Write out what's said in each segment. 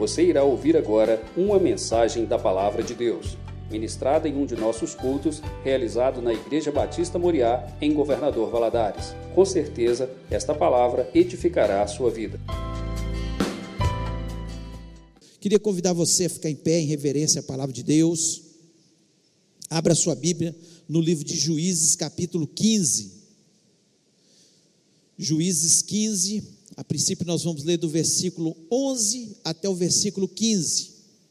Você irá ouvir agora uma mensagem da Palavra de Deus, ministrada em um de nossos cultos, realizado na Igreja Batista Moriá, em Governador Valadares. Com certeza, esta palavra edificará a sua vida. Queria convidar você a ficar em pé em reverência à Palavra de Deus. Abra sua Bíblia no livro de Juízes, capítulo 15. Juízes 15, a princípio nós vamos ler do versículo 11 até o versículo 15.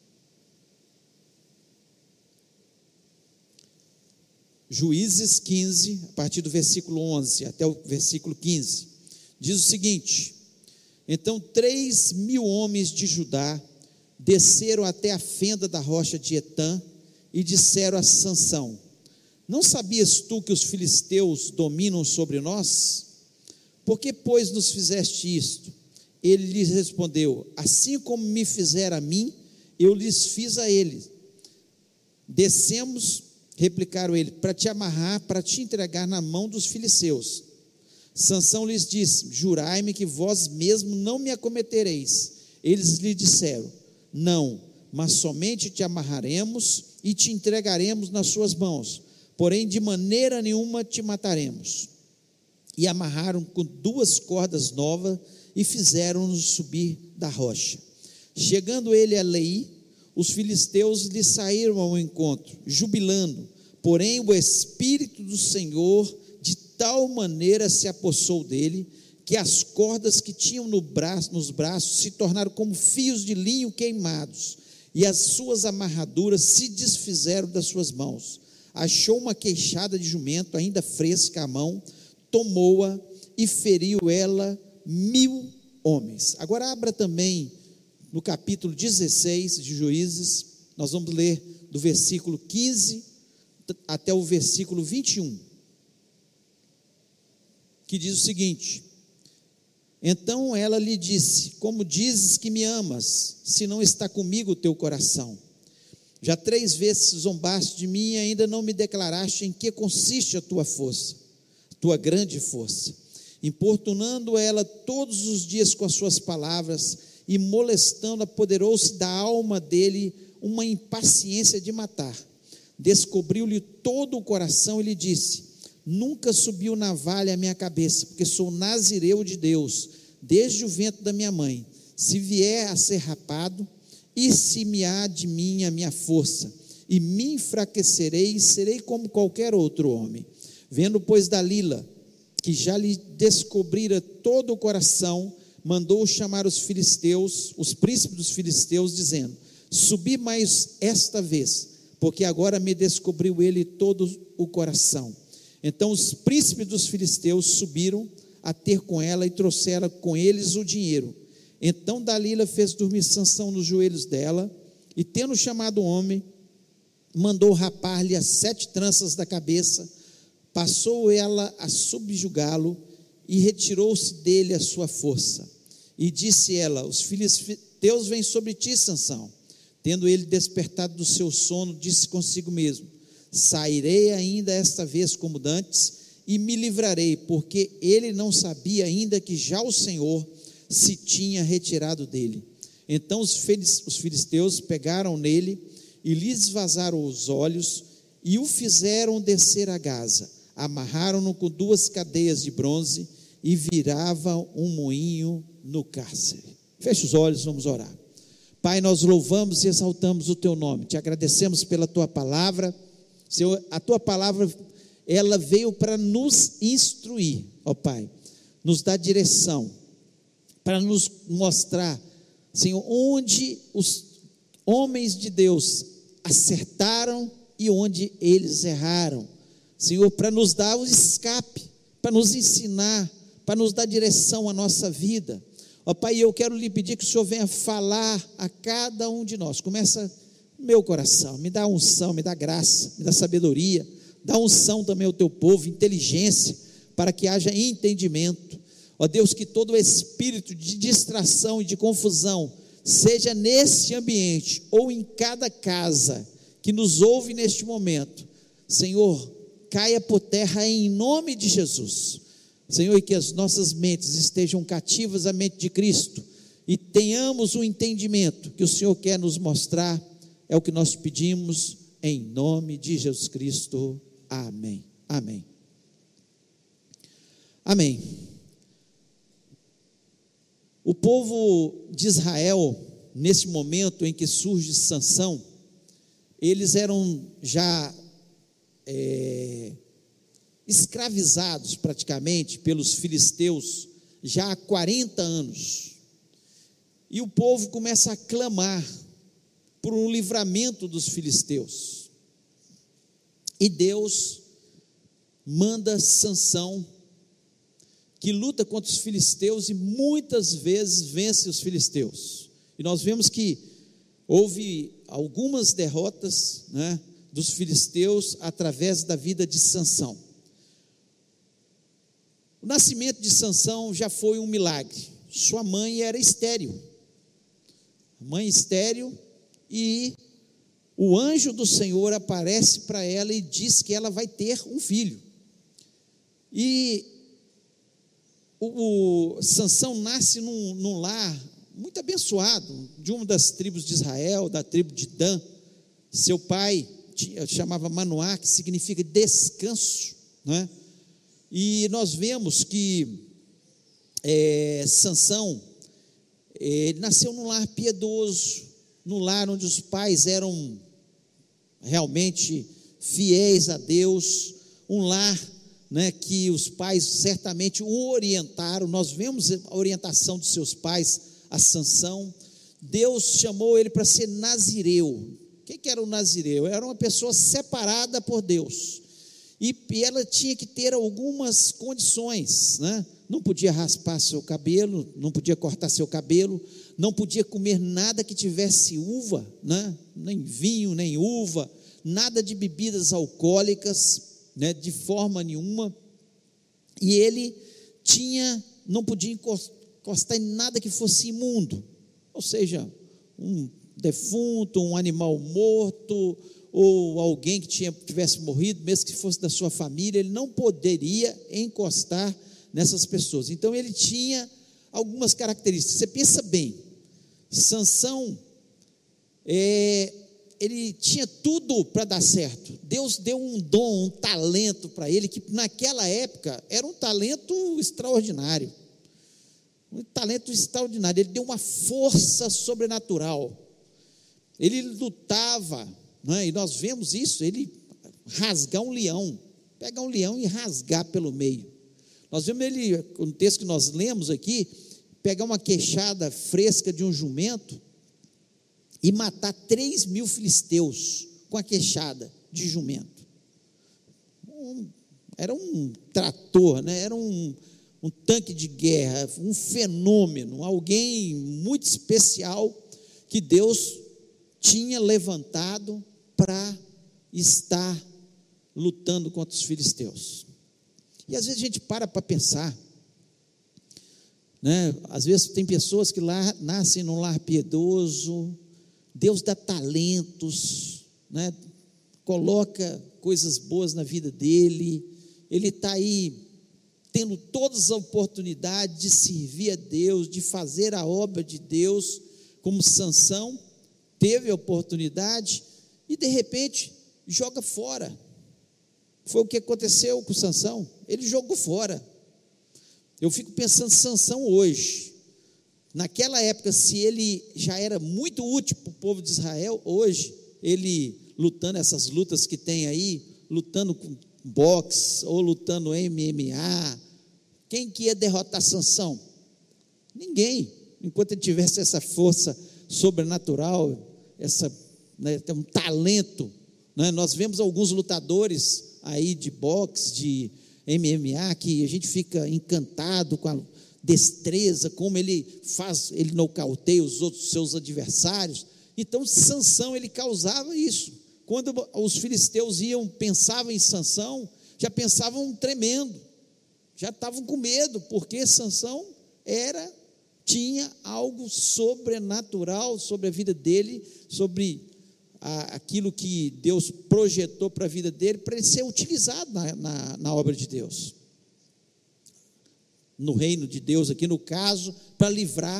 Juízes 15, a partir do versículo 11 até o versículo 15, diz o seguinte: então 3.000 homens de Judá desceram até a fenda da rocha de Etã e disseram a Sansão: não sabias tu que os filisteus dominam sobre nós? Por que, pois, nos fizeste isto? Ele lhes respondeu: assim como me fizeram a mim, eu lhes fiz a eles. Descemos, replicaram ele, para te amarrar, para te entregar na mão dos filisteus. Sansão lhes disse: jurai-me que vós mesmo não me acometereis. Eles lhe disseram: não, mas somente te amarraremos e te entregaremos nas suas mãos, porém de maneira nenhuma te mataremos. E amarraram com 2 cordas novas e fizeram-nos subir da rocha. Chegando ele a Leí, os filisteus lhe saíram ao encontro, jubilando, porém o Espírito do Senhor de tal maneira se apossou dele, que as cordas que tinham nos braços se tornaram como fios de linho queimados, e as suas amarraduras se desfizeram das suas mãos. Achou uma queixada de jumento ainda fresca à mão, tomou-a e feriu ela 1.000 homens. Agora abra também no capítulo 16 de Juízes, nós vamos ler do versículo 15 até o versículo 21, que diz o seguinte: então ela lhe disse: como dizes que me amas, se não está comigo o teu coração? Já 3 vezes zombaste de mim e ainda não me declaraste em que consiste a tua força, tua grande força. Importunando ela todos os dias com as suas palavras e molestando, apoderou-se da alma dele uma impaciência de matar. Descobriu-lhe todo o coração e lhe disse: nunca subiu navalha à minha cabeça, porque sou nazireu de Deus, desde o ventre da minha mãe. Se vier a ser rapado, e se me há de mim a minha força, e me enfraquecerei, e serei como qualquer outro homem. Vendo, pois, Dalila, que já lhe descobrira todo o coração, mandou chamar os filisteus, os príncipes dos filisteus, dizendo: subi mais esta vez, porque agora me descobriu ele todo o coração. Então os príncipes dos filisteus subiram a ter com ela e trouxeram com eles o dinheiro. Então Dalila fez dormir Sansão nos joelhos dela, e tendo chamado o homem, mandou rapar-lhe as 7 tranças da cabeça, passou ela a subjugá-lo e retirou-se dele a sua força. E disse ela: os filisteus vêm sobre ti, Sansão. Tendo ele despertado do seu sono, disse consigo mesmo: sairei ainda esta vez como dantes e me livrarei, porque ele não sabia ainda que já o Senhor se tinha retirado dele. Então os filisteus pegaram nele e lhes vazaram os olhos e o fizeram descer a Gaza. Amarraram-no com 2 cadeias de bronze e viravam um moinho no cárcere. Feche os olhos, vamos orar. Pai, nós louvamos e exaltamos o teu nome, te agradecemos pela tua palavra. Senhor, a tua palavra, ela veio para nos instruir, ó Pai, nos dar direção, para nos mostrar, Senhor, onde os homens de Deus acertaram e onde eles erraram, Senhor, para nos dar o escape, para nos ensinar, para nos dar direção à nossa vida. Ó Pai, eu quero lhe pedir que o Senhor venha falar a cada um de nós. Começa no meu coração, me dá unção, me dá graça, me dá sabedoria, dá unção também ao teu povo, inteligência, para que haja entendimento. Ó Deus, que todo espírito de distração e de confusão, seja nesse ambiente ou em cada casa que nos ouve neste momento, Senhor, caia por terra em nome de Jesus. Senhor, e que as nossas mentes estejam cativas à mente de Cristo, e tenhamos o entendimento que o Senhor quer nos mostrar. É o que nós pedimos em nome de Jesus Cristo. Amém. Amém. Amém. O povo de Israel, nesse momento em que surge Sansão, eles eram já escravizados praticamente pelos filisteus já há 40 anos. E o povo começa a clamar por um livramento dos filisteus. E Deus manda Sansão, que luta contra os filisteus e muitas vezes vence os filisteus. E nós vemos que houve algumas derrotas, né, dos filisteus através da vida de Sansão. O nascimento de Sansão já foi um milagre. Sua mãe era estéril. Mãe estéril, e o anjo do Senhor aparece para ela e diz que ela vai ter um filho. E o Sansão nasce num lar muito abençoado, de uma das tribos de Israel, da tribo de Dan. Seu pai chamava Manoá, que significa descanso, né? E nós vemos que Sansão nasceu num lar piedoso, num lar onde os pais eram realmente fiéis a Deus, um lar, né, que os pais certamente o orientaram. Nós vemos a orientação dos seus pais a Sansão. Deus chamou ele para ser nazireu. O que era o nazireu? Era uma pessoa separada por Deus, e ela tinha que ter algumas condições, né? Não podia raspar seu cabelo, não podia cortar seu cabelo, não podia comer nada que tivesse uva, né? Nem vinho, nem uva, nada de bebidas alcoólicas, né? De forma nenhuma. E ele não podia encostar em nada que fosse imundo, ou seja, um defunto, um animal morto, ou alguém que tivesse morrido, mesmo que fosse da sua família, ele não poderia encostar nessas pessoas. Então ele tinha algumas características. Você pensa bem, Sansão, ele tinha tudo para dar certo. Deus deu um dom, um talento para ele, que naquela época era um talento extraordinário. Um talento extraordinário. Ele deu uma força sobrenatural. Ele lutava, né? E nós vemos isso, ele rasgar um leão, pegar um leão e rasgar pelo meio. Nós vemos ele, no texto que nós lemos aqui, pegar uma queixada fresca de um jumento e matar 3.000 filisteus com a queixada de jumento. Era um trator, né? Era um tanque de guerra, um fenômeno, alguém muito especial que Deus tinha levantado para estar lutando contra os filisteus. E às vezes a gente para pensar, né? Às vezes tem pessoas que nascem num lar piedoso, Deus dá talentos, né? Coloca coisas boas na vida dele, ele está aí tendo todas as oportunidades de servir a Deus, de fazer a obra de Deus, como Sansão teve a oportunidade e de repente joga fora. Foi o que aconteceu com Sansão, ele jogou fora. Eu fico pensando, Sansão hoje, naquela época, se ele já era muito útil para o povo de Israel, hoje, ele lutando essas lutas que tem aí, lutando com boxe, ou lutando MMA, quem que ia derrotar Sansão? Ninguém, enquanto ele tivesse essa força sobrenatural, tem um talento, né? Nós vemos alguns lutadores aí de boxe, de MMA, que a gente fica encantado com a destreza, como ele nocauteia os outros seus adversários. Então Sansão, ele causava isso. Quando os filisteus pensavam em Sansão, já pensavam tremendo, já estavam com medo, porque Sansão tinha algo sobrenatural sobre a vida dele, sobre aquilo que Deus projetou para a vida dele, para ele ser utilizado na obra de Deus, no reino de Deus, aqui no caso, para livrar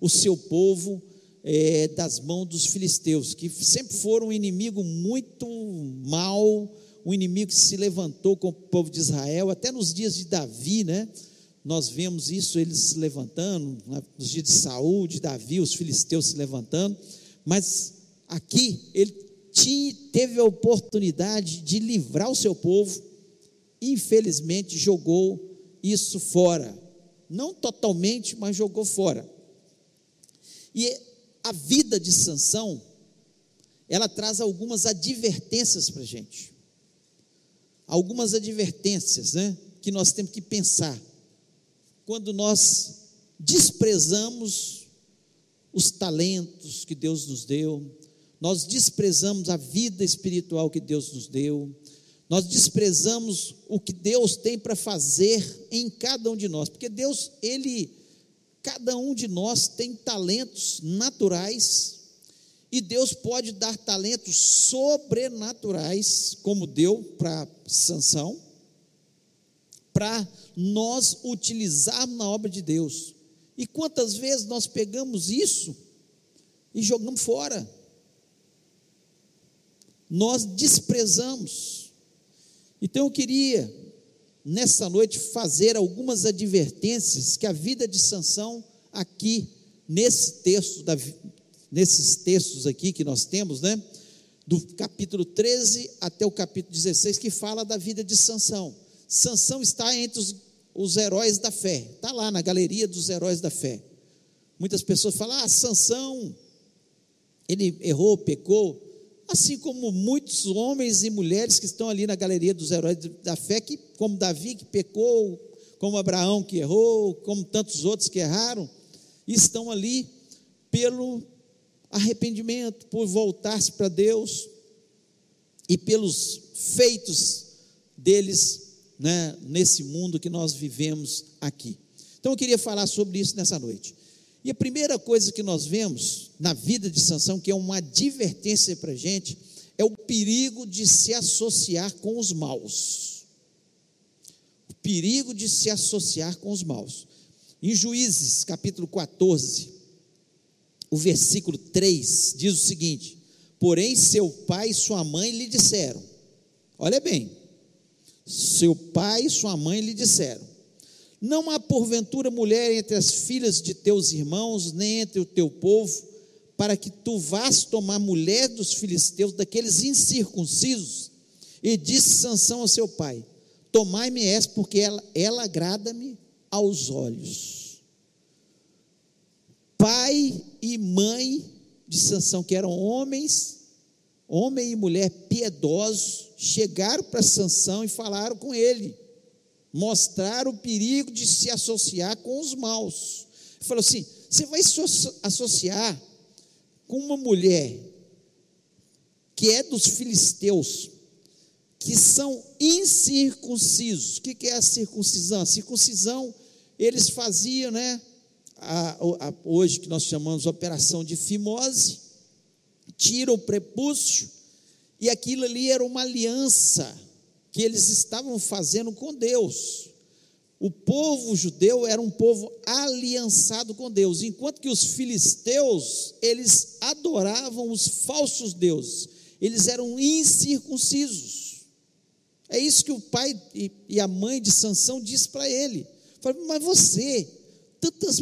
o seu povo das mãos dos filisteus, que sempre foram um inimigo muito mau, um inimigo que se levantou com o povo de Israel, até nos dias de Davi, né? Nós vemos isso, eles se levantando, nos dias de Saul, de Davi, os filisteus se levantando, mas aqui ele teve a oportunidade de livrar o seu povo, infelizmente jogou isso fora, não totalmente, mas jogou fora. E a vida de Sansão, ela traz algumas advertências para a gente, algumas advertências, né, que nós temos que pensar, quando nós desprezamos os talentos que Deus nos deu, nós desprezamos a vida espiritual que Deus nos deu, nós desprezamos o que Deus tem para fazer em cada um de nós, porque Deus, cada um de nós tem talentos naturais, e Deus pode dar talentos sobrenaturais, como deu para Sansão, para nós utilizarmos na obra de Deus. E quantas vezes nós pegamos isso e jogamos fora? Nós desprezamos. Então eu queria, nessa noite, fazer algumas advertências que a vida de Sansão, aqui, nesses textos aqui que nós temos, né, do capítulo 13 até o capítulo 16, que fala da vida de Sansão. Sansão está entre os heróis da fé, está lá na galeria dos heróis da fé. Muitas pessoas falam, Sansão, ele errou, pecou, assim como muitos homens e mulheres que estão ali na galeria dos heróis da fé, que, como Davi que pecou, como Abraão que errou, como tantos outros que erraram, estão ali pelo arrependimento, por voltar-se para Deus, e pelos feitos deles, né, nesse mundo que nós vivemos aqui. Então eu queria falar sobre isso nessa noite. E a primeira coisa que nós vemos na vida de Sansão, que é uma advertência para a gente, é o perigo de se associar com os maus. O perigo de se associar com os maus. Em Juízes, capítulo 14, o versículo 3, diz o seguinte: porém seu pai e sua mãe lhe disseram, olha bem, seu pai e sua mãe lhe disseram, não há porventura mulher entre as filhas de teus irmãos, nem entre o teu povo, para que tu vás tomar mulher dos filisteus, daqueles incircuncisos? E disse Sansão ao seu pai, tomai-me essa, porque ela agrada-me aos olhos. Pai e mãe de Sansão, que eram homem e mulher piedosos, chegaram para Sansão e falaram com ele, mostraram o perigo de se associar com os maus. Ele falou assim, você vai se associar com uma mulher que é dos filisteus, que são incircuncisos. O que é a circuncisão? A circuncisão, eles faziam, né, hoje que nós chamamos de operação de fimose, tira o prepúcio, e aquilo ali era uma aliança que eles estavam fazendo com Deus. O povo judeu era um povo aliançado com Deus, enquanto que os filisteus, eles adoravam os falsos deuses, eles eram incircuncisos. É isso que o pai e a mãe de Sansão diz para ele. Fala, mas você, tantas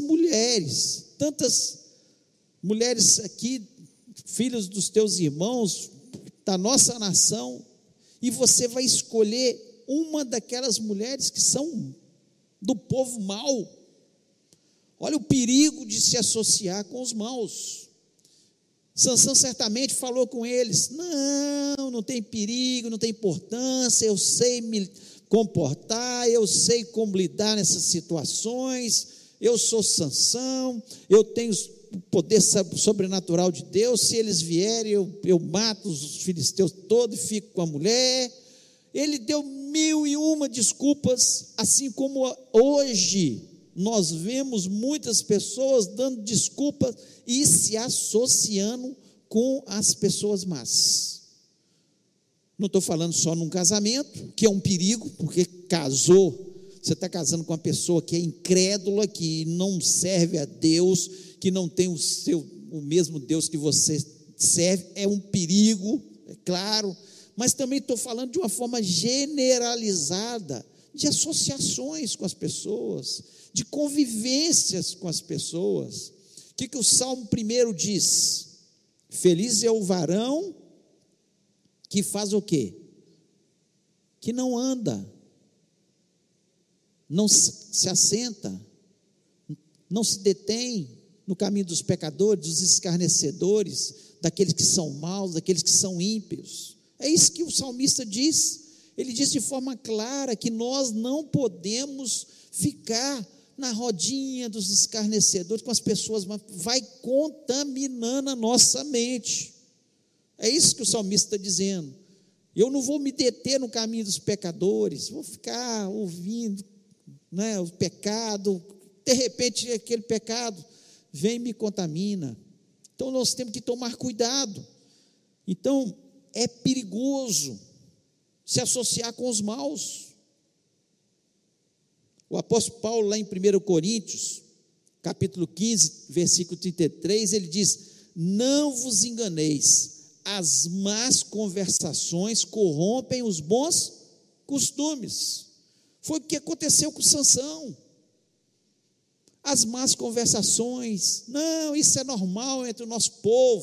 mulheres aqui, filhos dos teus irmãos, da nossa nação, e você vai escolher uma daquelas mulheres que são do povo mau. Olha o perigo de se associar com os maus. Sansão certamente falou com eles, não tem perigo, não tem importância, eu sei me comportar, eu sei como lidar nessas situações, eu sou Sansão, eu tenho o poder sobrenatural de Deus, se eles vierem eu mato os filisteus todos e fico com a mulher. Ele deu 1001 desculpas, assim como hoje nós vemos muitas pessoas dando desculpas e se associando com as pessoas más. Não estou falando só num casamento, que é um perigo, porque casou, você está casando com uma pessoa que é incrédula, que não serve a Deus, que não tem o mesmo Deus que você serve, é um perigo, é claro, mas também estou falando de uma forma generalizada, de associações com as pessoas, de convivências com as pessoas. O que o Salmo 1 diz? Feliz é o varão que faz o quê? Que não anda, não se assenta, não se detém no caminho dos pecadores, dos escarnecedores, daqueles que são maus, daqueles que são ímpios. É isso que o salmista diz. Ele diz de forma clara que nós não podemos ficar na rodinha dos escarnecedores com as pessoas, mas vai contaminando a nossa mente. É isso que o salmista está dizendo. Eu não vou me deter no caminho dos pecadores, vou ficar ouvindo, né, o pecado, de repente aquele pecado vem e me contamina. Então nós temos que tomar cuidado. Então é perigoso se associar com os maus. O apóstolo Paulo, lá em 1 Coríntios, capítulo 15, versículo 33, ele diz: não vos enganeis, as más conversações corrompem os bons costumes. Foi o que aconteceu com Sansão. As más conversações, não, isso é normal entre o nosso povo,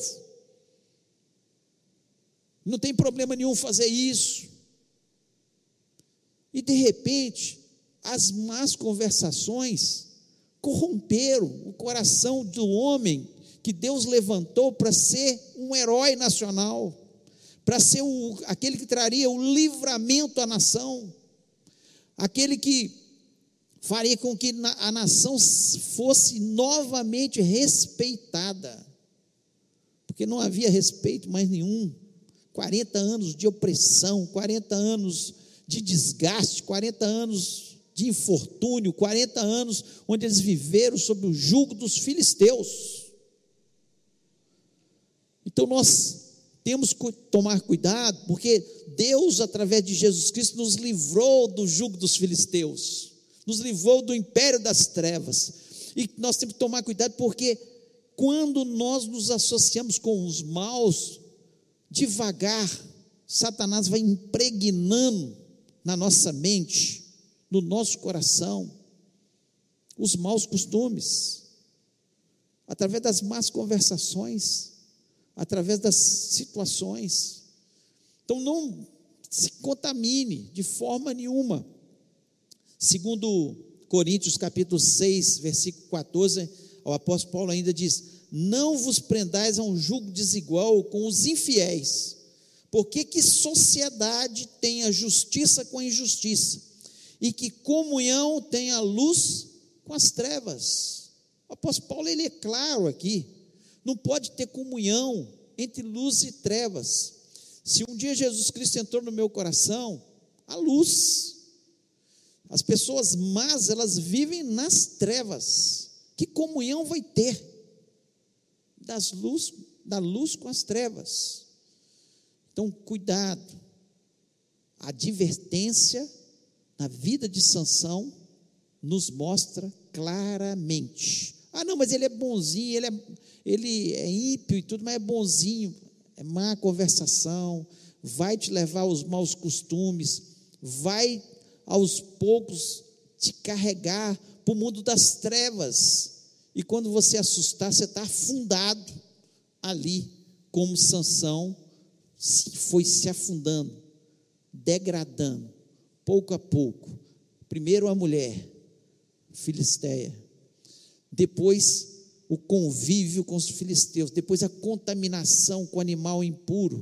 não tem problema nenhum fazer isso. E de repente, as más conversações corromperam o coração do homem que Deus levantou para ser um herói nacional, para ser aquele que traria o livramento à nação, aquele que faria com que a nação fosse novamente respeitada, porque não havia respeito mais nenhum. 40 anos de opressão, 40 anos de desgaste, 40 anos de infortúnio, 40 anos onde eles viveram sob o jugo dos filisteus. Então nós temos que tomar cuidado, porque Deus, através de Jesus Cristo, nos livrou do jugo dos filisteus, nos livrou do império das trevas, e nós temos que tomar cuidado, porque quando nós nos associamos com os maus, devagar, Satanás vai impregnando na nossa mente, no nosso coração, os maus costumes, através das más conversações, através das situações. Então não se contamine de forma nenhuma. Segundo Coríntios capítulo 6, versículo 14, o apóstolo Paulo ainda diz: não vos prendais a um jugo desigual com os infiéis, porque que sociedade tem a justiça com a injustiça, e que comunhão tem a luz com as trevas. O apóstolo Paulo, ele é claro aqui, não pode ter comunhão entre luz e trevas. Se um dia Jesus Cristo entrou no meu coração, a luz, as pessoas más, elas vivem nas trevas, que comunhão vai ter da luz com as trevas? Então cuidado, a advertência na vida de Sansão nos mostra claramente. Não, mas ele é bonzinho, ele é ímpio e tudo, mas é bonzinho. É má conversação, vai te levar aos maus costumes, vai aos poucos te carregar para o mundo das trevas, e quando você assustar, você está afundado ali, como Sansão foi se afundando, degradando, pouco a pouco. Primeiro a mulher filisteia, depois o convívio com os filisteus, depois a contaminação com o animal impuro,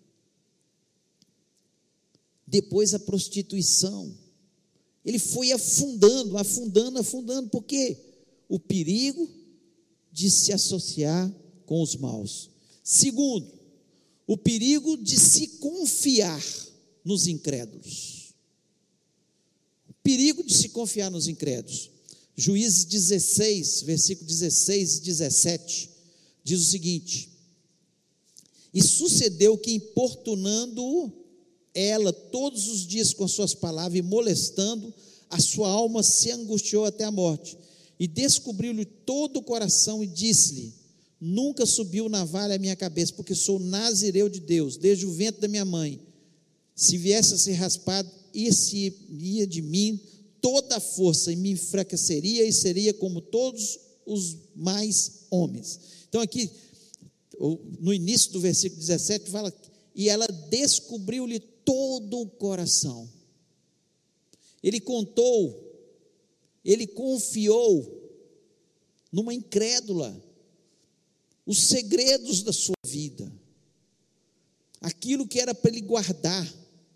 depois a prostituição. Ele foi afundando, porque o perigo de se associar com os maus. Segundo, o perigo de se confiar nos incrédulos. O perigo de se confiar nos incrédulos. Juízes 16, versículo 16 e 17, diz o seguinte: e sucedeu que, importunando ela todos os dias com as suas palavras e molestando, a sua alma se angustiou até a morte. E descobriu-lhe todo o coração e disse-lhe: nunca subiu navalha à minha cabeça, porque sou nazireu de Deus, desde o ventre da minha mãe. Se viesse a ser raspado, ia de mim toda a força, e me enfraqueceria, e seria como todos os mais homens. Então aqui, no início do versículo 17, fala: e ela descobriu-lhe todo o coração. Ele contou, ele confiou numa incrédula os segredos da sua vida, aquilo que era para ele guardar,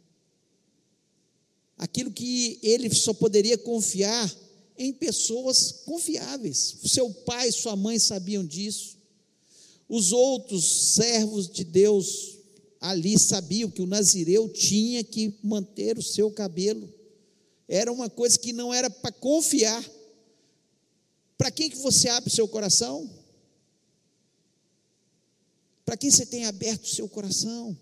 aquilo que ele só poderia confiar em pessoas confiáveis. Seu pai e sua mãe sabiam disso, os outros servos de Deus ali sabiam que o nazireu tinha que manter o seu cabelo, era uma coisa que não era para confiar. Para quem que você abre o seu coração? Para quem você tem aberto o seu coração?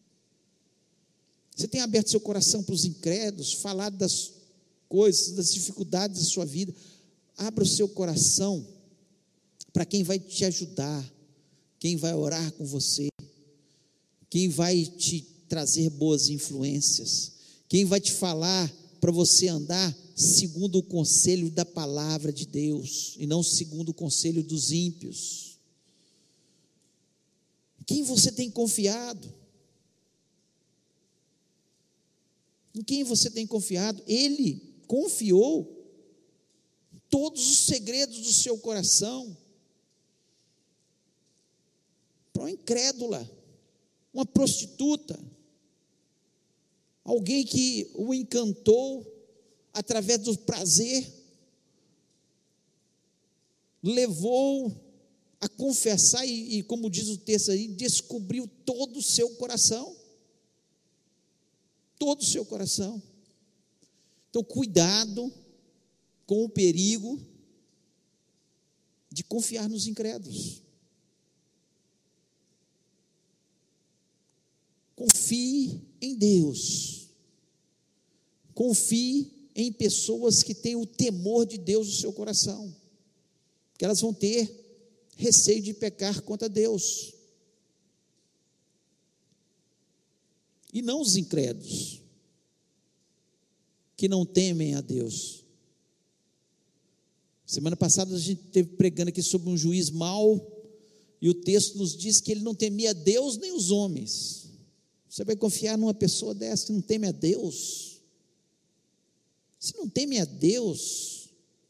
Você tem aberto seu coração para os incrédulos, falado das coisas, das dificuldades da sua vida? Abra o seu coração para quem vai te ajudar, quem vai orar com você, quem vai te trazer boas influências, quem vai te falar para você andar segundo o conselho da palavra de Deus, e não segundo o conselho dos ímpios. Quem você tem confiado? Em quem você tem confiado? Ele confiou todos os segredos do seu coração para uma incrédula, uma prostituta, alguém que o encantou através do prazer, levou a confessar e como diz o texto aí, descobriu todo o seu coração. Todo o seu coração. Então, cuidado com o perigo de confiar nos incrédulos. Confie em Deus. Confie em pessoas que têm o temor de Deus no seu coração, porque elas vão ter receio de pecar contra Deus. E não os incrédulos, que não temem a Deus. Semana passada a gente esteve pregando aqui sobre um juiz mau, e o texto nos diz que ele não temia Deus nem os homens. Você vai confiar numa pessoa dessa que não teme a Deus? Se não teme a Deus,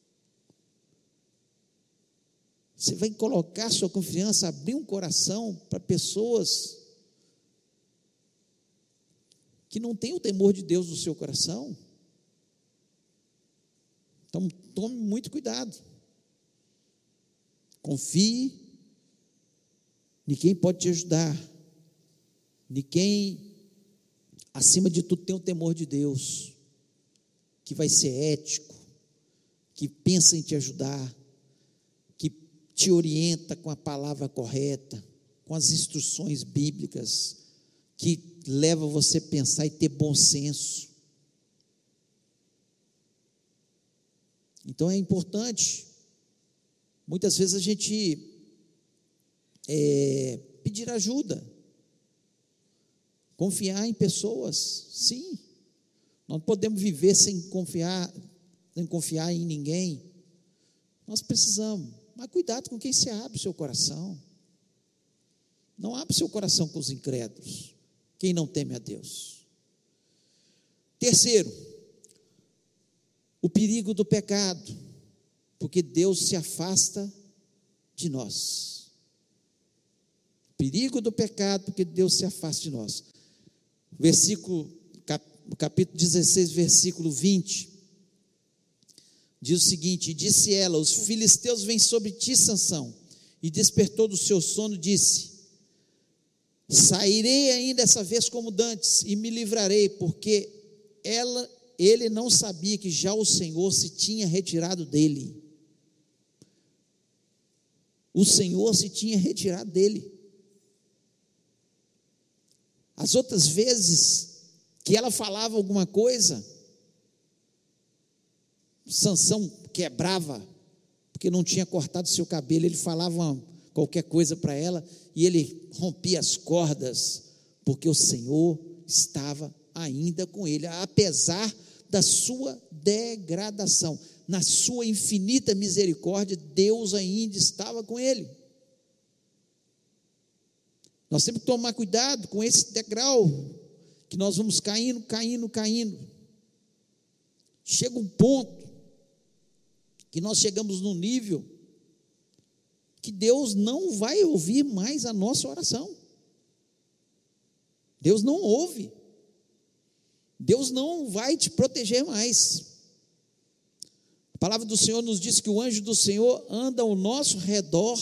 você vai colocar sua confiança, abrir um coração para pessoas que não têm o temor de Deus no seu coração? Então, tome muito cuidado. Confie em quem pode te ajudar, em quem, acima de tudo, tem o temor de Deus, que vai ser ético, que pensa em te ajudar, que te orienta com a palavra correta, com as instruções bíblicas, que leva você a pensar e ter bom senso. Então é importante, muitas vezes a gente pedir ajuda, confiar em pessoas, sim. Nós não podemos viver sem confiar em ninguém. Nós precisamos, mas cuidado com quem você abre o seu coração. Não abre o seu coração com os incrédulos, quem não teme a Deus. Terceiro, o perigo do pecado, porque Deus se afasta de nós. O perigo do pecado, porque Deus se afasta de nós. Capítulo 16, versículo 20, diz o seguinte: disse ela: os filisteus vêm sobre ti, Sansão. E despertou do seu sono, disse: sairei ainda essa vez como dantes, e me livrarei, porque ele não sabia que já o Senhor se tinha retirado dele. O Senhor se tinha retirado dele. As outras vezes que ela falava alguma coisa, Sansão quebrava, porque não tinha cortado seu cabelo, ele falava qualquer coisa para ela, e ele rompia as cordas, porque o Senhor estava ainda com ele, apesar da sua degradação, na sua infinita misericórdia, Deus ainda estava com ele. Nós temos que tomar cuidado com esse degrau, que nós vamos caindo. Chega um ponto, que nós chegamos num nível, que Deus não vai ouvir mais a nossa oração. Deus não ouve. Deus não vai te proteger mais. A palavra do Senhor nos diz que o anjo do Senhor anda ao nosso redor.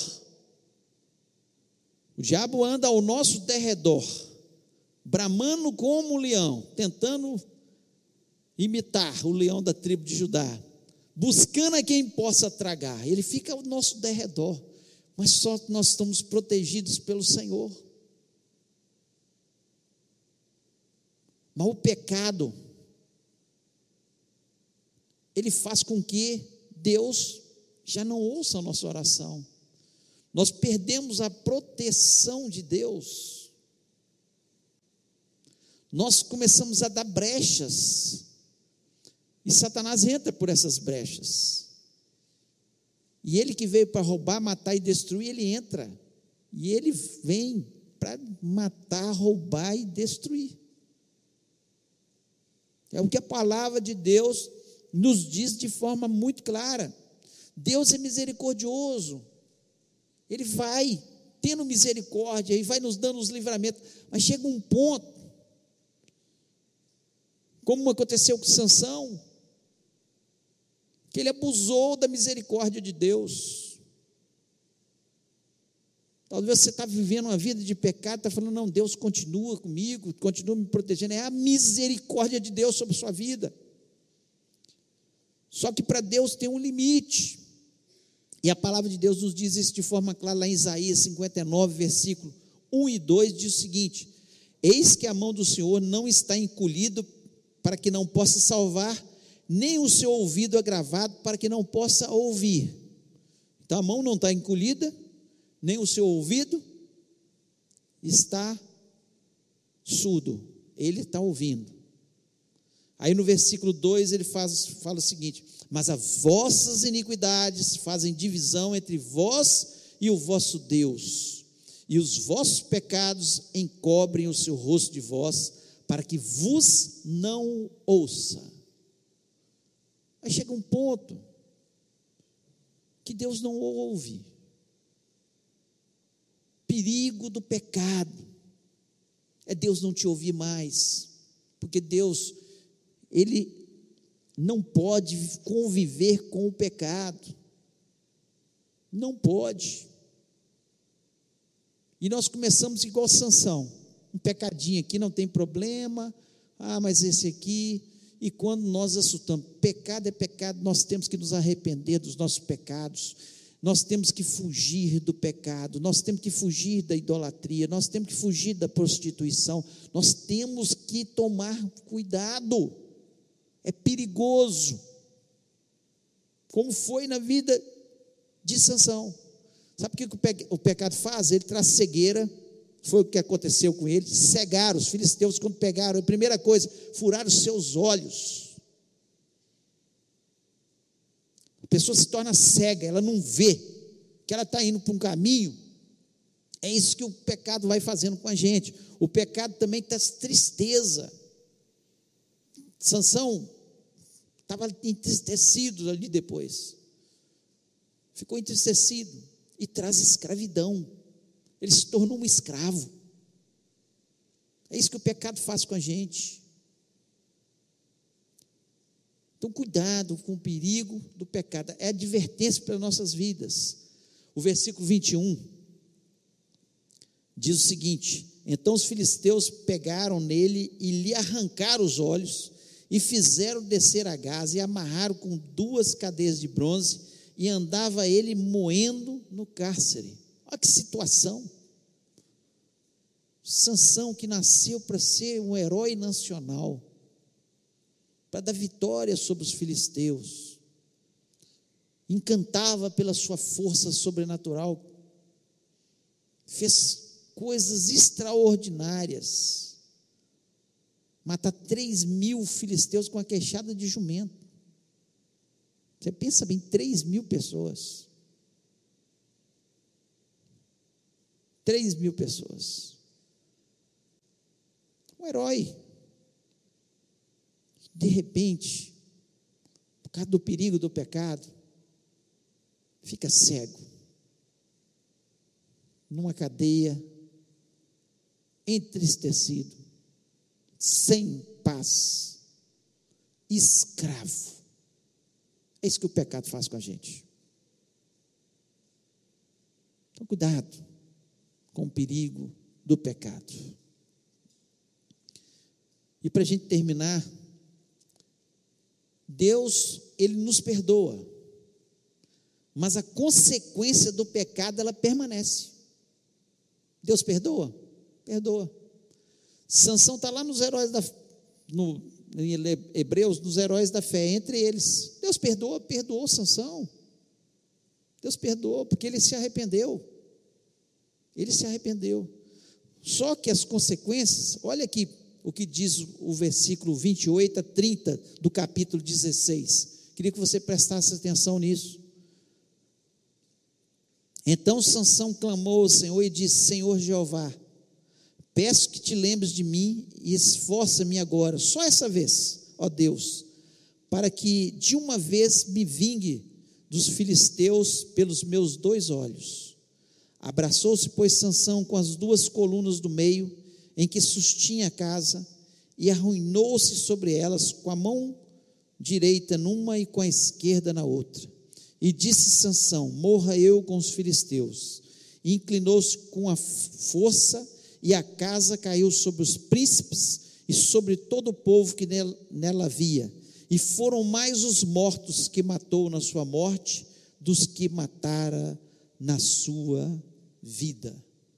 O diabo anda ao nosso derredor, bramando como um leão, tentando imitar o leão da tribo de Judá, buscando a quem possa tragar. Ele fica ao nosso derredor, mas só nós estamos protegidos pelo Senhor. Mas o pecado, ele faz com que Deus já não ouça a nossa oração. Nós perdemos a proteção de Deus. Nós começamos a dar brechas, e Satanás entra por essas brechas. E ele que veio para roubar, matar e destruir, ele entra. E ele vem para matar, roubar e destruir. É o que a palavra de Deus nos diz de forma muito clara. Deus é misericordioso. Ele vai tendo misericórdia e vai nos dando os livramentos. Mas chega um ponto, como aconteceu com Sansão, que ele abusou da misericórdia de Deus. Talvez você está vivendo uma vida de pecado, está falando, não, Deus continua comigo, continua me protegendo. É a misericórdia de Deus sobre a sua vida. Só que para Deus tem um limite. E a palavra de Deus nos diz isso de forma clara lá em Isaías 59, versículo 1 e 2, diz o seguinte: eis que a mão do Senhor não está encolhida para que não possa salvar, nem o seu ouvido agravado para que não possa ouvir. Então a mão não está encolhida, nem o seu ouvido está surdo, ele está ouvindo. Aí no versículo 2 ele fala o seguinte: mas as vossas iniquidades fazem divisão entre vós e o vosso Deus, e os vossos pecados encobrem o seu rosto de vós, para que vos não ouça. Aí chega um ponto que Deus não ouve. Perigo do pecado é Deus não te ouvir mais, porque Deus, Ele não pode conviver com o pecado, não pode. E nós começamos igual Sansão, um pecadinho aqui não tem problema, mas esse aqui, e quando nós assustamos, pecado é pecado, nós temos que nos arrepender dos nossos pecados, nós temos que fugir do pecado, nós temos que fugir da idolatria, nós temos que fugir da prostituição, nós temos que tomar cuidado, é perigoso, como foi na vida de Sansão. Sabe o que o pecado faz? Ele traz cegueira, foi o que aconteceu com ele. Cegaram os filisteus, quando pegaram, a primeira coisa, furaram os seus olhos. A pessoa se torna cega, ela não vê que ela está indo para um caminho. É isso que o pecado vai fazendo com a gente. O pecado também traz tristeza. Sansão estava entristecido ali depois, ficou entristecido, e traz escravidão, ele se tornou um escravo. É isso que o pecado faz com a gente. Então cuidado com o perigo do pecado, é advertência para nossas vidas. O versículo 21 diz o seguinte: então os filisteus pegaram nele e lhe arrancaram os olhos, e fizeram descer a Gaza, e amarraram com 2 cadeias de bronze, e andava ele moendo no cárcere. Olha que situação. Sansão, que nasceu para ser um herói nacional, para dar vitória sobre os filisteus, encantava pela sua força sobrenatural, fez coisas extraordinárias, matar 3.000 filisteus com a queixada de jumento. Você pensa bem, 3.000 pessoas. 3.000 pessoas. Um herói. De repente, por causa do perigo do pecado, fica cego, numa cadeia, entristecido, sem paz, escravo. É isso que o pecado faz com a gente. Então, cuidado com o perigo do pecado. E para a gente terminar, Deus, Ele nos perdoa, mas a consequência do pecado, ela permanece. Deus perdoa? Perdoa. Sansão está lá nos heróis em Hebreus, nos heróis da fé, entre eles. Deus perdoou Sansão. Deus perdoou, porque ele se arrependeu. Ele se arrependeu. Só que as consequências, olha aqui o que diz o versículo 28 a 30 do capítulo 16. Queria que você prestasse atenção nisso. Então Sansão clamou ao Senhor e disse: Senhor Jeová, peço que te lembres de mim e esforça-me agora, só essa vez, ó Deus, para que de uma vez me vingue dos filisteus pelos meus 2 olhos. Abraçou-se, pois, Sansão com as 2 colunas do meio, em que sustinha a casa, e arruinou-se sobre elas, com a mão direita numa e com a esquerda na outra. E disse Sansão: morra eu com os filisteus. E inclinou-se com a força, e a casa caiu sobre os príncipes e sobre todo o povo que nela havia. E foram mais os mortos que matou na sua morte, dos que matara na sua vida.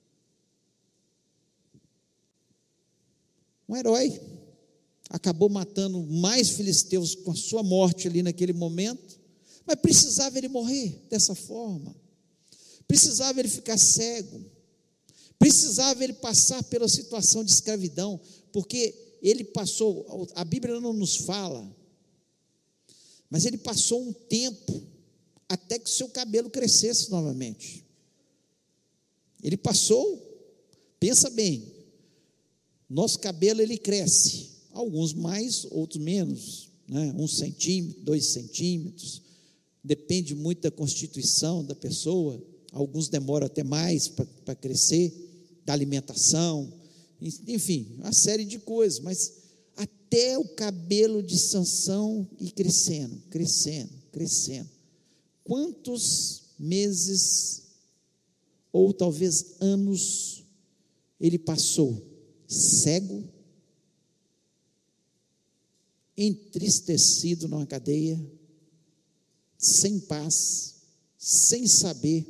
Um herói acabou matando mais filisteus com a sua morte ali naquele momento, mas precisava ele morrer dessa forma, precisava ele ficar cego, precisava ele passar pela situação de escravidão, porque ele passou, a Bíblia não nos fala, mas ele passou um tempo até que o seu cabelo crescesse novamente. Ele passou, pensa bem, nosso cabelo ele cresce, alguns mais, outros menos, né? 1 centímetro, 2 centímetros, depende muito da constituição da pessoa, alguns demoram até mais para crescer, da alimentação, enfim, uma série de coisas, mas até o cabelo de Sansão ir crescendo, quantos meses, ou talvez anos, ele passou cego, entristecido numa cadeia, sem paz, sem saber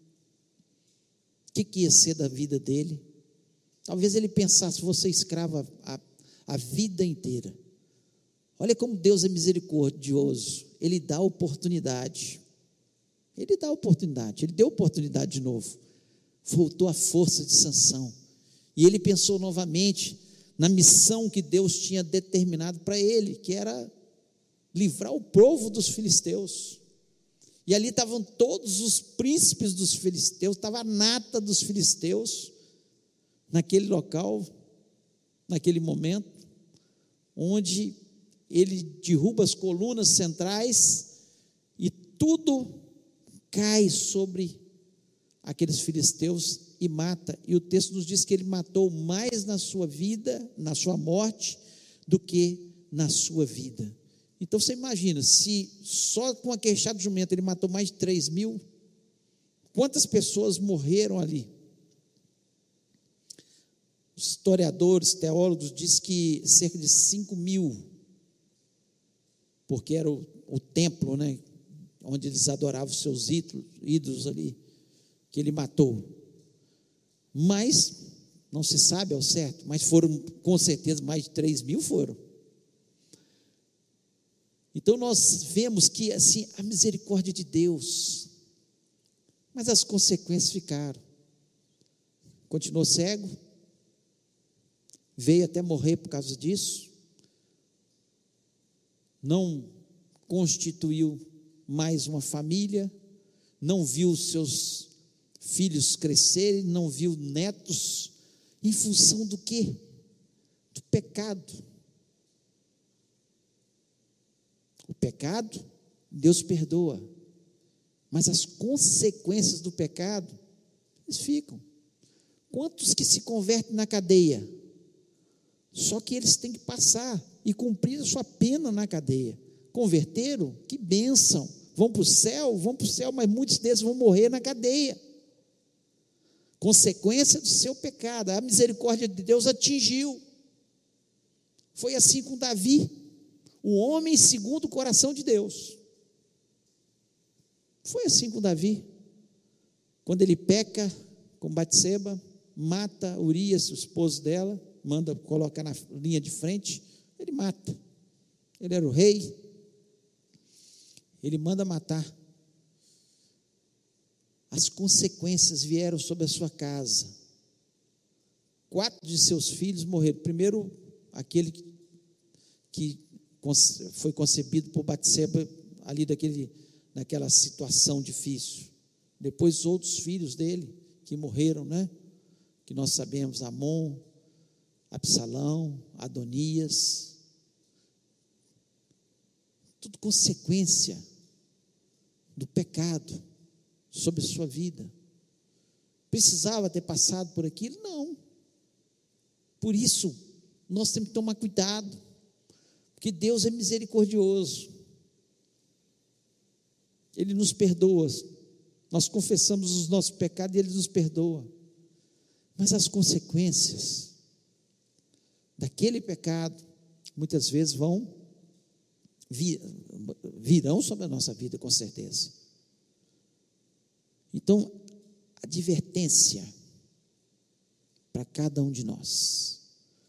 o que ia ser da vida dele. Talvez ele pensasse: vou ser escravo a vida inteira. Olha como Deus é misericordioso, Ele dá oportunidade, Ele deu oportunidade de novo, voltou a força de Sansão, e ele pensou novamente na missão que Deus tinha determinado para ele, que era livrar o povo dos filisteus, e ali estavam todos os príncipes dos filisteus, estava a nata dos filisteus, naquele local, naquele momento, onde ele derruba as colunas centrais, e tudo cai sobre aqueles filisteus e mata, e o texto nos diz que ele matou mais na sua vida, na sua morte, do que na sua vida. Então você imagina, se só com a queixada de jumento ele matou mais de 3.000, quantas pessoas morreram ali? Os historiadores, teólogos dizem que cerca de 5.000, porque era o templo, né, onde eles adoravam os seus ídolos ali, que ele matou. Mas, não se sabe ao certo, mas foram com certeza mais de 3.000 foram. Então nós vemos que assim, a misericórdia de Deus, mas as consequências ficaram. Continuou cego, veio até morrer por causa disso, não constituiu mais uma família, não viu seus filhos crescerem, não viu netos, em função do quê? Do pecado. O pecado, Deus perdoa, mas as consequências do pecado, eles ficam. Quantos que se convertem na cadeia? Só que eles têm que passar e cumprir a sua pena na cadeia. Converteram? Que bênção! Vão para o céu, mas muitos deles vão morrer na cadeia. Consequência do seu pecado. A misericórdia de Deus atingiu. Foi assim com Davi, o homem segundo o coração de Deus. Foi assim com Davi, quando ele peca com Batseba, mata Urias, o esposo dela, manda colocar na linha de frente, ele mata. Ele era o rei, ele manda matar. As consequências vieram sobre a sua casa. 4 de seus filhos morreram. Primeiro, aquele que foi concebido por Batseba, ali naquela situação difícil. Depois, outros filhos dele, que morreram, né? Que nós sabemos, Amon, Absalão, Adonias. Tudo consequência do pecado sobre a sua vida. Precisava ter passado por aquilo? Não. Por isso, nós temos que tomar cuidado, porque Deus é misericordioso. Ele nos perdoa. Nós confessamos os nossos pecados e Ele nos perdoa. Mas as consequências daquele pecado, muitas vezes virão sobre a nossa vida, com certeza. Então, advertência para cada um de nós.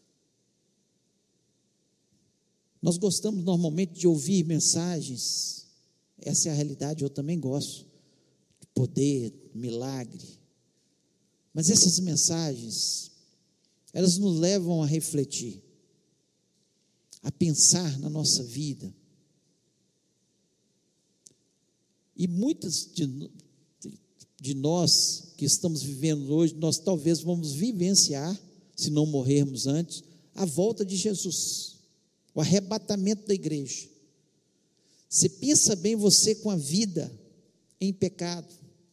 Nós gostamos normalmente de ouvir mensagens, essa é a realidade, eu também gosto, de poder, milagre, mas essas mensagens, elas nos levam a refletir, a pensar na nossa vida, e muitas de nós que estamos vivendo hoje, nós talvez vamos vivenciar, se não morrermos antes, a volta de Jesus, o arrebatamento da igreja. Você pensa bem, você com a vida em pecado,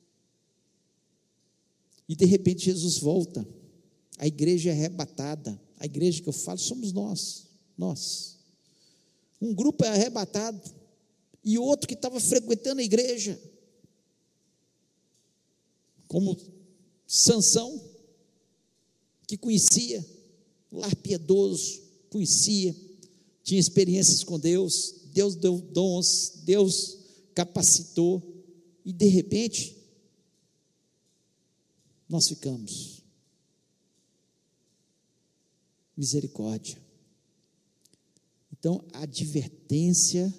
e de repente Jesus volta, a igreja é arrebatada. A igreja que eu falo somos nós. Um grupo é arrebatado, e outro que estava frequentando a igreja, como Sansão, que conhecia, lar piedoso, conhecia, tinha experiências com Deus, Deus deu dons, Deus capacitou, e de repente, nós ficamos. Misericórdia. Então, a advertência,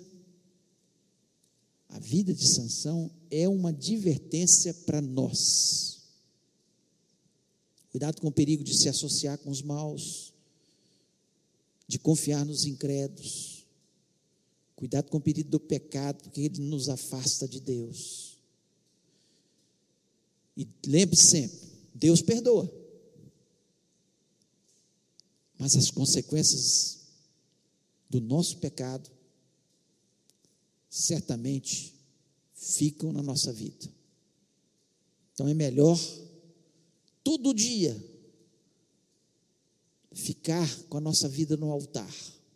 a vida de Sansão é uma advertência para nós. Cuidado com o perigo de se associar com os maus, de confiar nos incrédulos. Cuidado com o perigo do pecado, porque ele nos afasta de Deus. E lembre-se sempre, Deus perdoa, mas as consequências do nosso pecado certamente ficam na nossa vida. Então é melhor todo dia ficar com a nossa vida no altar,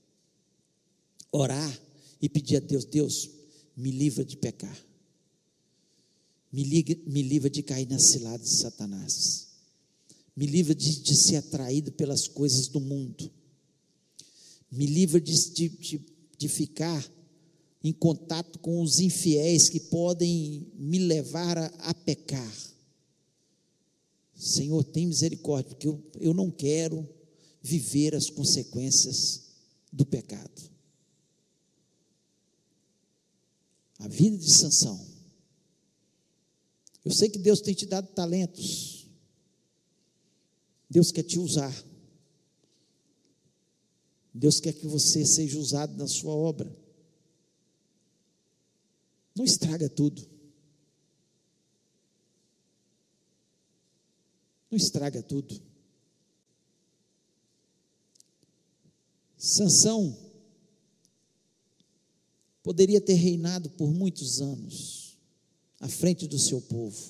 orar e pedir a Deus: Deus, me livra de pecar, me livra de cair nas ciladas de Satanás, me livra de ser atraído pelas coisas do mundo, me livra de ficar em contato com os infiéis que podem me levar a pecar. Senhor, tem misericórdia, porque eu não quero viver as consequências do pecado. A vida de Sansão. Eu sei que Deus tem te dado talentos. Deus quer te usar. Deus quer que você seja usado na sua obra. Não estraga tudo. Não estraga tudo. Sansão poderia ter reinado por muitos anos à frente do seu povo,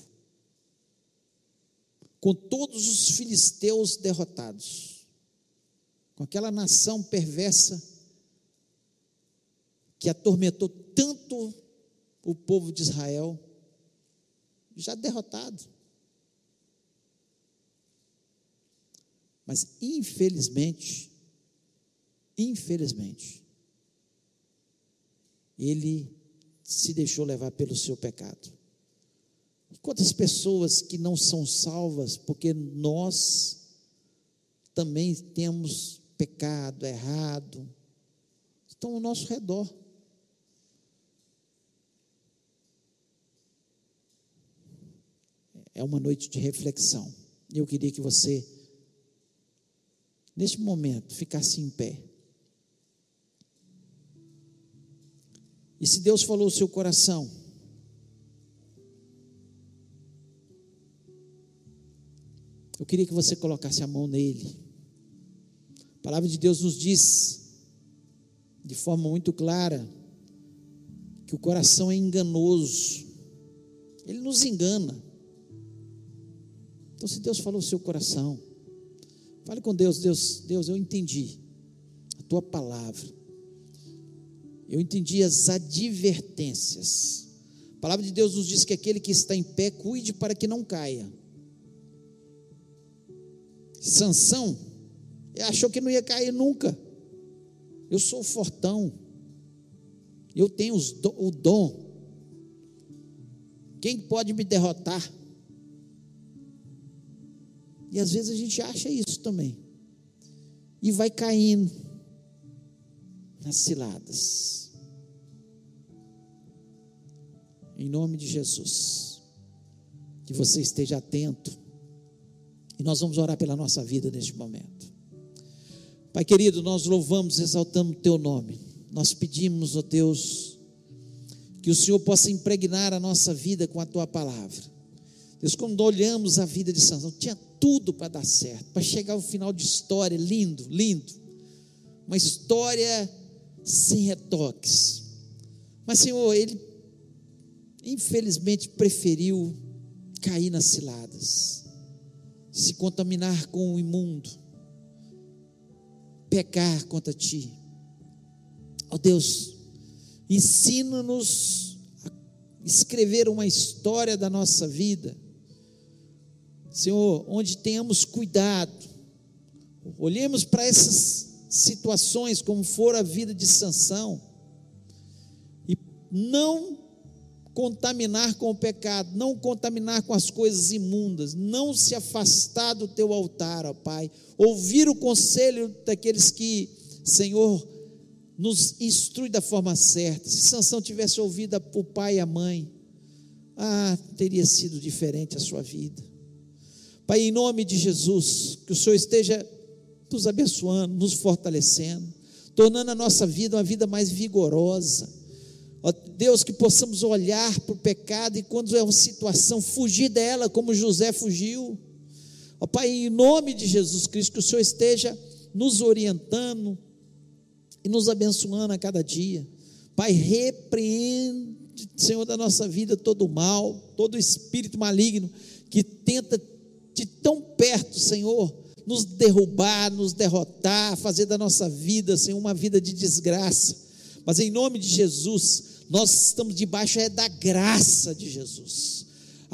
com todos os filisteus derrotados, com aquela nação perversa que atormentou tanto o povo de Israel, já derrotado. Mas infelizmente, ele se deixou levar pelo seu pecado. Quantas pessoas que não são salvas porque nós também temos pecado, errado, estão ao nosso redor. É uma noite de reflexão. Eu queria que você, neste momento, ficasse em pé. E se Deus falou o seu coração, eu queria que você colocasse a mão nele. A palavra de Deus nos diz, de forma muito clara, que o coração é enganoso. Ele nos engana. Então, se Deus falou o seu coração, fale com Deus. Deus, eu entendi a tua palavra. Eu entendi as advertências. A palavra de Deus nos diz que aquele que está em pé, cuide para que não caia. Sansão achou que não ia cair nunca. Eu sou fortão, eu tenho o dom. Quem pode me derrotar? E às vezes a gente acha isso também, e vai caindo nas ciladas. Em nome de Jesus, que você esteja atento, e nós vamos orar pela nossa vida neste momento. Pai querido, nós louvamos, exaltamos o teu nome. Nós pedimos, ó Deus, que o Senhor possa impregnar a nossa vida com a tua palavra. Deus, quando olhamos a vida de Sansão, tinha tudo para dar certo, para chegar ao final de história, lindo, uma história sem retoques. Mas, Senhor, ele infelizmente preferiu cair nas ciladas, se contaminar com o imundo, pecar contra ti. Ó Deus, ensina-nos a escrever uma história da nossa vida, Senhor, onde tenhamos cuidado, olhemos para essas situações como for a vida de Sansão, e não contaminar com o pecado, não contaminar com as coisas imundas, não se afastar do teu altar, ó Pai, ouvir o conselho daqueles que, Senhor, nos instrui da forma certa. Se Sansão tivesse ouvido o pai e a mãe, teria sido diferente a sua vida. Pai, em nome de Jesus, que o Senhor esteja nos abençoando, nos fortalecendo, tornando a nossa vida uma vida mais vigorosa. Ó Deus, que possamos olhar para o pecado e quando é uma situação, fugir dela como José fugiu. Ó Pai, em nome de Jesus Cristo, que o Senhor esteja nos orientando e nos abençoando a cada dia. Pai, repreende, Senhor, da nossa vida todo o mal, todo o espírito maligno que tenta de tão perto, Senhor, nos derrubar, nos derrotar, fazer da nossa vida, Senhor, uma vida de desgraça. Mas em nome de Jesus, nós estamos debaixo da graça de Jesus.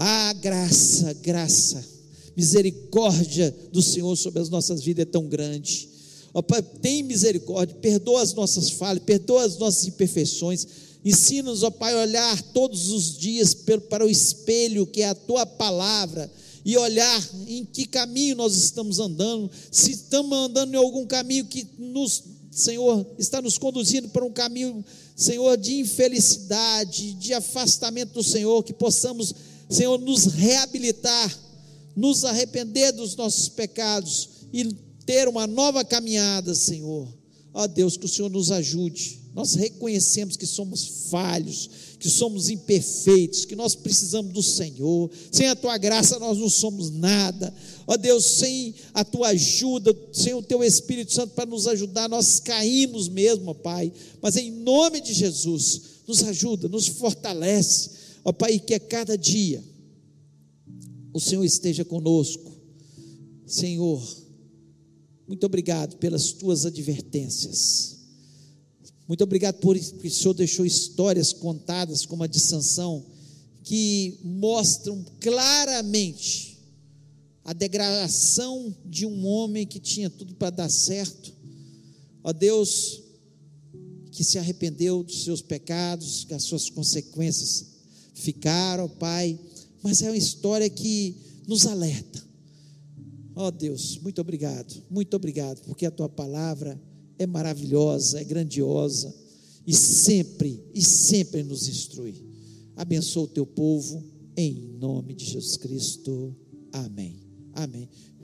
Graça, misericórdia do Senhor sobre as nossas vidas é tão grande. Ó Pai, tem misericórdia, perdoa as nossas falhas, perdoa as nossas imperfeições. Ensina-nos, ó Pai, a olhar todos os dias para o espelho que é a tua palavra, e olhar em que caminho nós estamos andando, se estamos andando em algum caminho que nos Senhor, está nos conduzindo para um caminho, Senhor, de infelicidade, de afastamento do Senhor, que possamos, Senhor, nos reabilitar, nos arrepender dos nossos pecados e ter uma nova caminhada, Senhor. Ó Deus, que o Senhor nos ajude. Nós reconhecemos que somos falhos, que somos imperfeitos, que nós precisamos do Senhor. Sem a tua graça nós não somos nada. Ó Deus, sem a tua ajuda, sem o teu Espírito Santo para nos ajudar, nós caímos mesmo, ó Pai. Mas em nome de Jesus, nos ajuda, nos fortalece, ó Pai, que a cada dia o Senhor esteja conosco. Senhor, muito obrigado pelas tuas advertências. Muito obrigado por isso que o Senhor deixou histórias contadas como a de Sansão, que mostram claramente a degradação de um homem que tinha tudo para dar certo. Ó Deus, que se arrependeu dos seus pecados, que as suas consequências ficaram, Pai, mas é uma história que nos alerta. Ó Deus, muito obrigado, porque a tua palavra é maravilhosa, é grandiosa, e sempre nos instrui. Abençoa o teu povo, em nome de Jesus Cristo, amém, amém.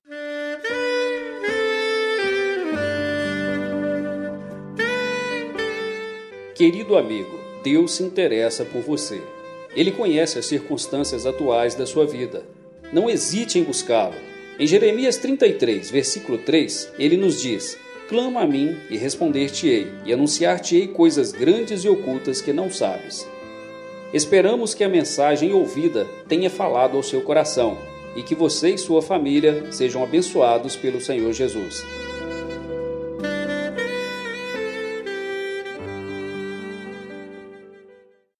Querido amigo, Deus se interessa por você. Ele conhece as circunstâncias atuais da sua vida. Não hesite em buscá-lo. Em Jeremias 33, versículo 3, ele nos diz: clama a mim e responder-te-ei, e anunciar-te-ei coisas grandes e ocultas que não sabes. Esperamos que a mensagem ouvida tenha falado ao seu coração e que você e sua família sejam abençoados pelo Senhor Jesus.